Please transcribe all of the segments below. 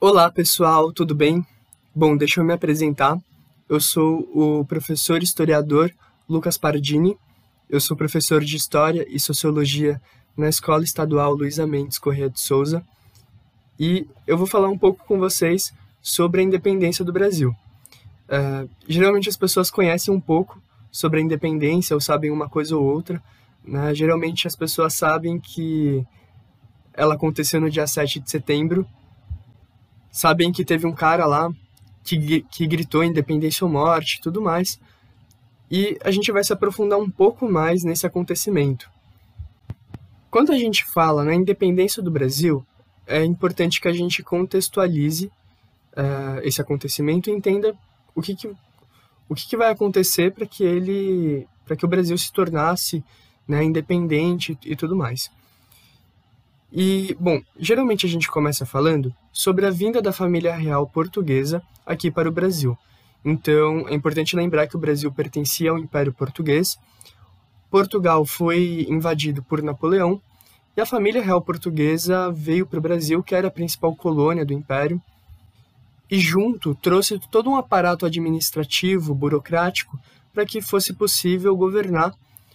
Olá, pessoal, tudo bem? Bom, deixa eu me apresentar. Eu sou o professor historiador Lucas Pardini. Eu sou professor de História e Sociologia na Escola Estadual Luiza Mendes Corrêa de Souza. E eu vou falar um pouco com vocês sobre a independência do Brasil. Geralmente as pessoas conhecem um pouco sobre a independência ou sabem uma coisa ou outra, né? Geralmente as pessoas sabem que ela aconteceu no dia 7 de setembro, sabem que teve um cara lá que gritou independência ou morte e tudo mais, e a gente vai se aprofundar um pouco mais nesse acontecimento. Quando a gente fala na independência do Brasil, é importante que a gente contextualize esse acontecimento e entenda o que vai acontecer para que o Brasil se tornasse, né, independente e tudo mais. E, bom, geralmente a gente começa falando sobre a vinda da família real portuguesa aqui para o Brasil. Então, é importante lembrar que o Brasil pertencia ao Império Português, Portugal foi invadido por Napoleão, e a família real portuguesa veio para o Brasil, que era a principal colônia do Império, e junto trouxe todo um aparato administrativo, burocrático, para que fosse possível governar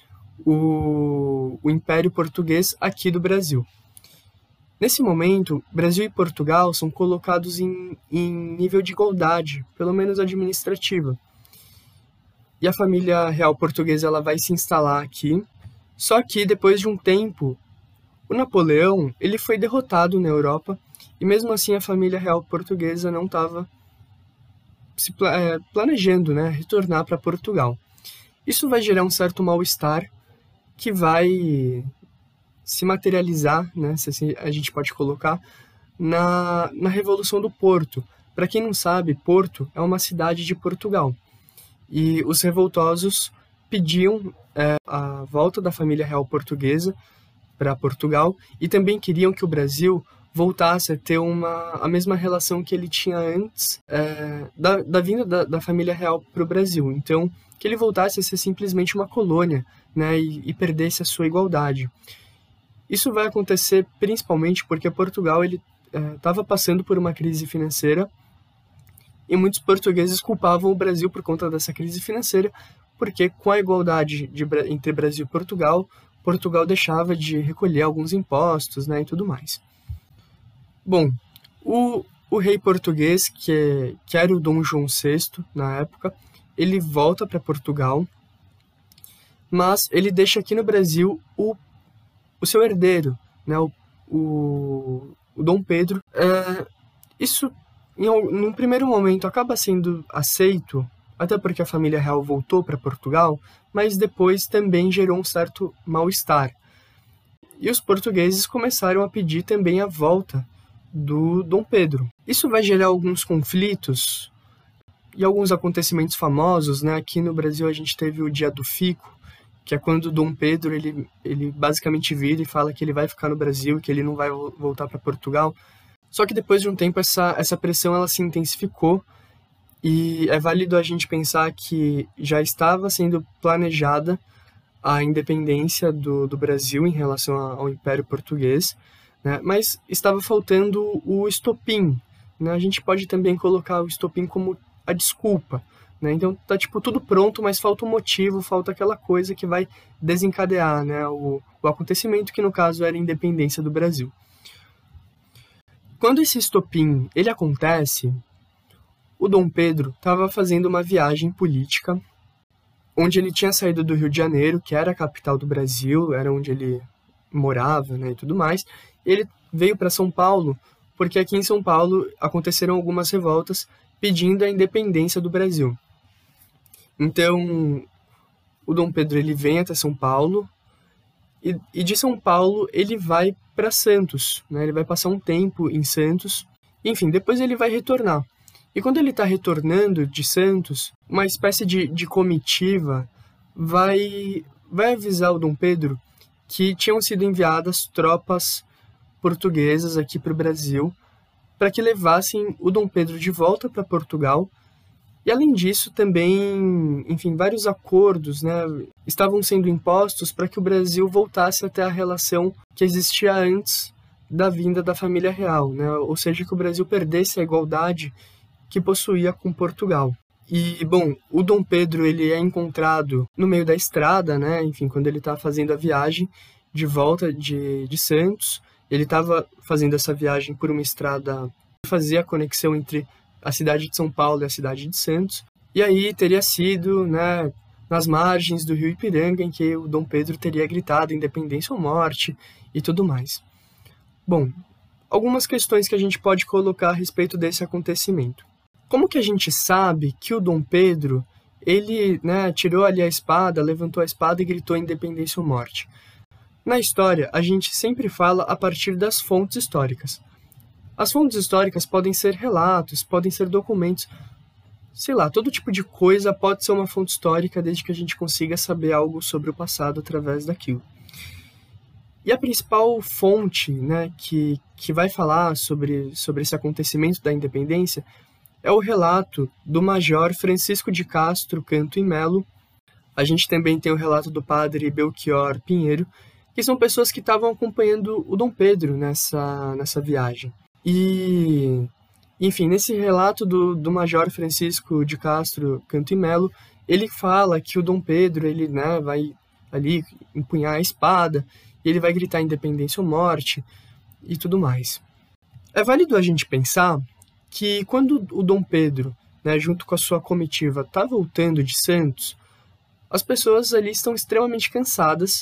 o Império Português aqui do Brasil. Nesse momento, Brasil e Portugal são colocados em nível de igualdade, pelo menos administrativa. E a família real portuguesa ela vai se instalar aqui, só que depois de um tempo, o Napoleão ele foi derrotado na Europa, e mesmo assim a família real portuguesa não estava se planejando, né, retornar para Portugal. Isso vai gerar um certo mal-estar que vai se materializar, né, se assim a gente pode colocar, na Revolução do Porto. Para quem não sabe, Porto é uma cidade de Portugal. E os revoltosos pediam a volta da família real portuguesa para Portugal e também queriam que o Brasil voltasse a ter a mesma relação que ele tinha antes da vinda da família real para o Brasil. Então, que ele voltasse a ser simplesmente uma colônia, né, e perdesse a sua igualdade. Isso vai acontecer principalmente porque Portugal estava passando por uma crise financeira e muitos portugueses culpavam o Brasil por conta dessa crise financeira, porque com a igualdade entre Brasil e Portugal, Portugal deixava de recolher alguns impostos, né, e tudo mais. Bom, o rei português, que era o Dom João VI na época, ele volta para Portugal, mas ele deixa aqui no Brasil o seu herdeiro, né, o Dom Pedro. Isso, num primeiro momento, acaba sendo aceito, até porque a família real voltou para Portugal, mas depois também gerou um certo mal-estar. E os portugueses começaram a pedir também a volta do Dom Pedro. Isso vai gerar alguns conflitos e alguns acontecimentos famosos, né? Aqui no Brasil a gente teve o Dia do Fico, que é quando o Dom Pedro ele basicamente vira e fala que ele vai ficar no Brasil, que ele não vai voltar para Portugal. Só que depois de um tempo essa pressão ela se intensificou e é válido a gente pensar que já estava sendo planejada a independência do Brasil em relação ao Império Português, né? Mas estava faltando o estopim, né? A gente pode também colocar o estopim como a desculpa, né? Então tá tudo pronto, mas falta um motivo, falta aquela coisa que vai desencadear, né, o acontecimento que no caso era a independência do Brasil. Quando esse estopim ele acontece, o Dom Pedro estava fazendo uma viagem política, onde ele tinha saído do Rio de Janeiro, que era a capital do Brasil, era onde ele morava, né, e tudo mais. Ele veio para São Paulo, porque aqui em São Paulo aconteceram algumas revoltas pedindo a independência do Brasil. Então, o Dom Pedro ele vem até São Paulo e de São Paulo ele vai para Santos, né? Ele vai passar um tempo em Santos. Enfim, depois ele vai retornar. E quando ele está retornando de Santos, uma espécie de comitiva vai avisar o Dom Pedro que tinham sido enviadas tropas portuguesas aqui para o Brasil para que levassem o Dom Pedro de volta para Portugal. E além disso, também, enfim, vários acordos, né, estavam sendo impostos para que o Brasil voltasse até a relação que existia antes da vinda da família real, né? Ou seja, que o Brasil perdesse a igualdade que possuía com Portugal. E, bom, o Dom Pedro ele é encontrado no meio da estrada, né? Enfim, quando ele está fazendo a viagem de volta de Santos. Ele estava fazendo essa viagem por uma estrada que fazia a conexão entre a cidade de São Paulo e a cidade de Santos. E aí teria sido, né, nas margens do rio Ipiranga em que o Dom Pedro teria gritado independência ou morte e tudo mais. Bom, algumas questões que a gente pode colocar a respeito desse acontecimento. Como que a gente sabe que o Dom Pedro, ele, né, tirou ali a espada, levantou a espada e gritou independência ou morte? Na história, a gente sempre fala a partir das fontes históricas. As fontes históricas podem ser relatos, podem ser documentos, sei lá, todo tipo de coisa pode ser uma fonte histórica desde que a gente consiga saber algo sobre o passado através daquilo. E a principal fonte, né, que vai falar sobre esse acontecimento da independência é o relato do Major Francisco de Castro Canto e Melo. A gente também tem o relato do padre Belchior Pinheiro, que são pessoas que estavam acompanhando o Dom Pedro nessa viagem. E, enfim, nesse relato do Major Francisco de Castro Canto e Melo, ele fala que o Dom Pedro ele, né, vai ali empunhar a espada, e ele vai gritar independência ou morte e tudo mais. É válido a gente pensar que quando o Dom Pedro, né, junto com a sua comitiva, está voltando de Santos, as pessoas ali estão extremamente cansadas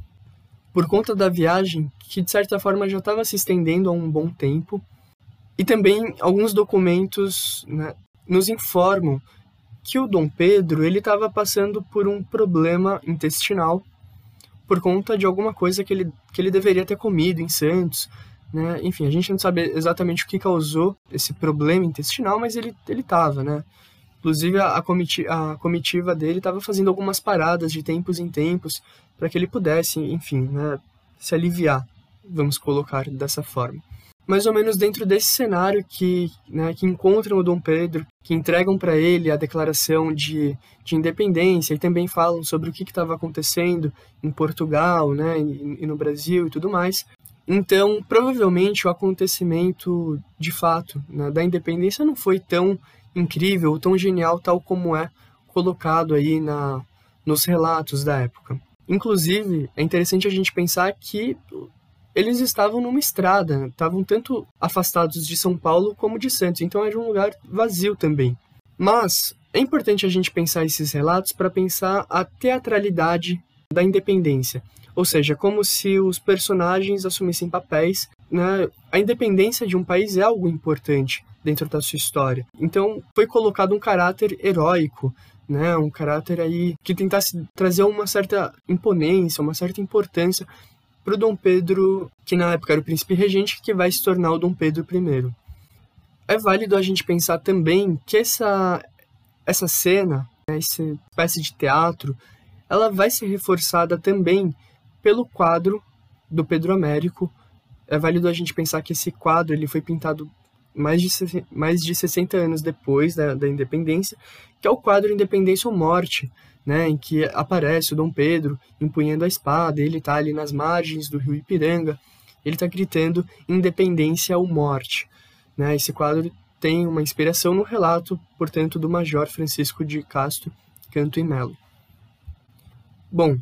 por conta da viagem, que de certa forma já estava se estendendo há um bom tempo. E também alguns documentos, né, nos informam que o Dom Pedro ele estava passando por um problema intestinal por conta de alguma coisa que ele deveria ter comido em Santos, né? Enfim, a gente não sabe exatamente o que causou esse problema intestinal, mas ele estava, né? Inclusive, a comitiva dele estava fazendo algumas paradas de tempos em tempos para que ele pudesse, enfim, né, se aliviar, vamos colocar dessa forma. Mais ou menos dentro desse cenário que encontram o Dom Pedro, que entregam para ele a declaração de independência e também falam sobre o que estava acontecendo em Portugal, né, e no Brasil e tudo mais. Então, provavelmente, o acontecimento, de fato, né, da independência não foi tão incrível, tão genial, tal como é colocado aí nos relatos da época. Inclusive, é interessante a gente pensar que eles estavam numa estrada, estavam tanto afastados de São Paulo como de Santos, então era um lugar vazio também. Mas é importante a gente pensar esses relatos para pensar a teatralidade da independência, ou seja, como se os personagens assumissem papéis, né? A independência de um país é algo importante dentro da sua história. Então foi colocado um caráter heróico, né? Um caráter aí que tentasse trazer uma certa imponência, uma certa importância para o Dom Pedro, que na época era o príncipe regente, que vai se tornar o Dom Pedro I. É válido a gente pensar também que essa cena, né, essa espécie de teatro, ela vai ser reforçada também pelo quadro do Pedro Américo. É válido a gente pensar que esse quadro ele foi pintado mais de 60 anos depois da independência, que é o quadro Independência ou Morte, né, em que aparece o Dom Pedro empunhando a espada, ele está ali nas margens do rio Ipiranga, ele está gritando independência ou morte. Né? Esse quadro tem uma inspiração no relato, portanto, do Major Francisco de Castro Canto e Melo. Bom,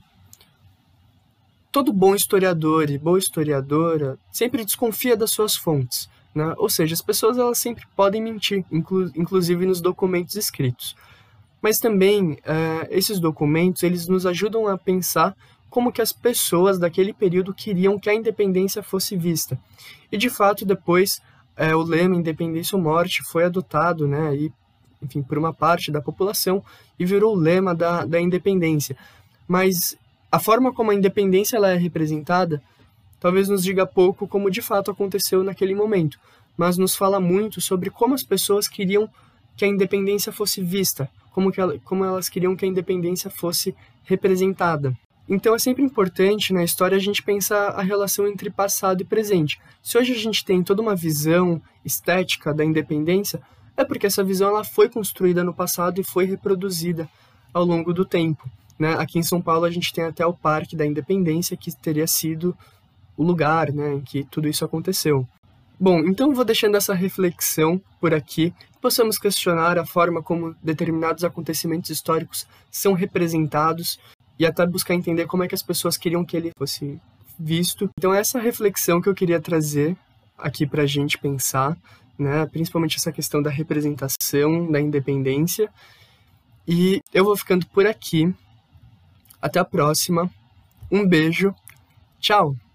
todo bom historiador e boa historiadora sempre desconfia das suas fontes, né? Ou seja, as pessoas elas sempre podem mentir, inclusive nos documentos escritos. Mas também esses documentos eles nos ajudam a pensar como que as pessoas daquele período queriam que a independência fosse vista. E de fato depois o lema independência ou morte foi adotado, né, e, enfim, por uma parte da população e virou o lema da independência. Mas a forma como a independência ela é representada talvez nos diga pouco como de fato aconteceu naquele momento, mas nos fala muito sobre como as pessoas queriam que a independência fosse vista, como elas queriam que a independência fosse representada. Então é sempre importante na história a gente pensar a relação entre passado e presente. Se hoje a gente tem toda uma visão estética da independência, é porque essa visão ela foi construída no passado e foi reproduzida ao longo do tempo. Né? Aqui em São Paulo a gente tem até o Parque da Independência, que teria sido o lugar, né, em que tudo isso aconteceu. Bom, então vou deixando essa reflexão por aqui, possamos questionar a forma como determinados acontecimentos históricos são representados e até buscar entender como é que as pessoas queriam que ele fosse visto. Então essa reflexão que eu queria trazer aqui para a gente pensar, né, principalmente essa questão da representação, da independência. E eu vou ficando por aqui. Até a próxima. Um beijo. Tchau!